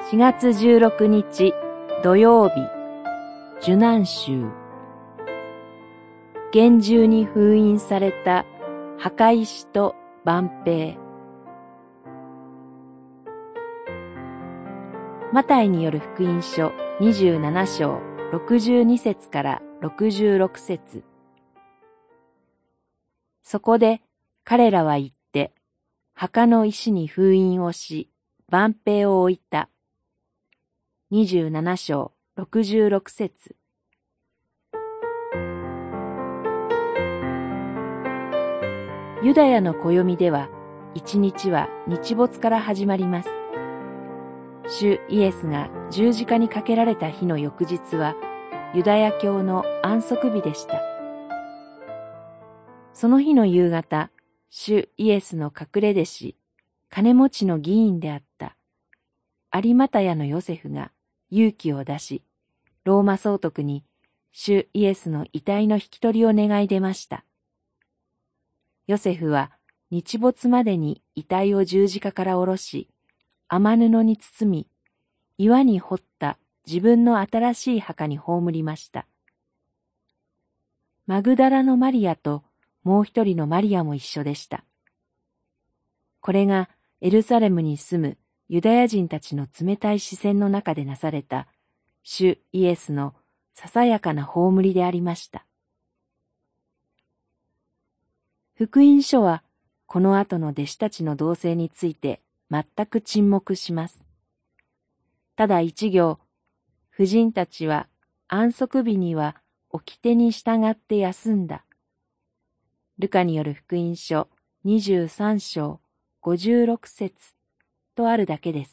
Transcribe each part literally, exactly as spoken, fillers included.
しがつじゅうろくにち土曜日、受難週。厳重に封印された墓石と万兵。マタイによる福音書にじゅうななしょうろくじゅうにせつからろくじゅうろくせつ。そこで彼らは言って、墓の石に封印をし、万兵を置いた。にじゅうななしょうろくじゅうろくせつ。ユダヤの暦では、一日は日没から始まります。主イエスが十字架にかけられた日の翌日は、ユダヤ教の安息日でした。その日の夕方、主イエスの隠れ弟子、金持ちの議員であった有マタヤのヨセフが勇気を出し、ローマ総督に主イエスの遺体の引き取りを願い出ました。ヨセフは日没までに遺体を十字架から下ろし、雨布に包み、岩に掘った自分の新しい墓に葬りました。マグダラのマリアともう一人のマリアも一緒でした。これがエルサレムに住むユダヤ人たちの冷たい視線の中でなされた主イエスのささやかな葬りでありました。福音書はこの後の弟子たちの動静について全く沈黙します。ただ一行、婦人たちは安息日には掟に従って休んだ。ルカによる福音書にじゅうさんしょうごじゅうろくせつとあるだけです。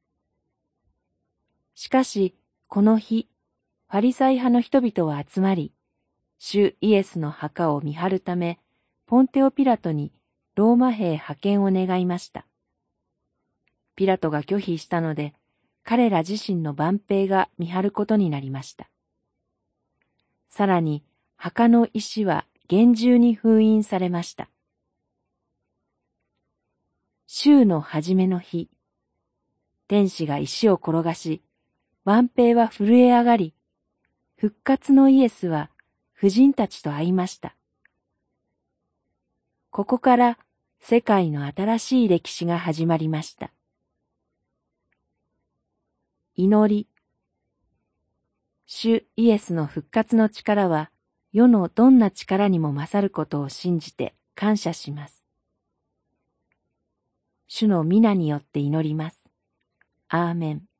しかし、この日、ファリサイ派の人々は集まり、主イエスの墓を見張るため、ポンテオピラトにローマ兵派遣を願いました。ピラトが拒否したので、彼ら自身の万兵が見張ることになりました。さらに、墓の石は厳重に封印されました。週の初めの日、天使が石を転がし、万兵は震え上がり、復活のイエスは婦人たちと会いました。ここから世界の新しい歴史が始まりました。祈り。主イエスの復活の力は世のどんな力にも勝ることを信じて感謝します。主の御名によって祈ります。アーメン。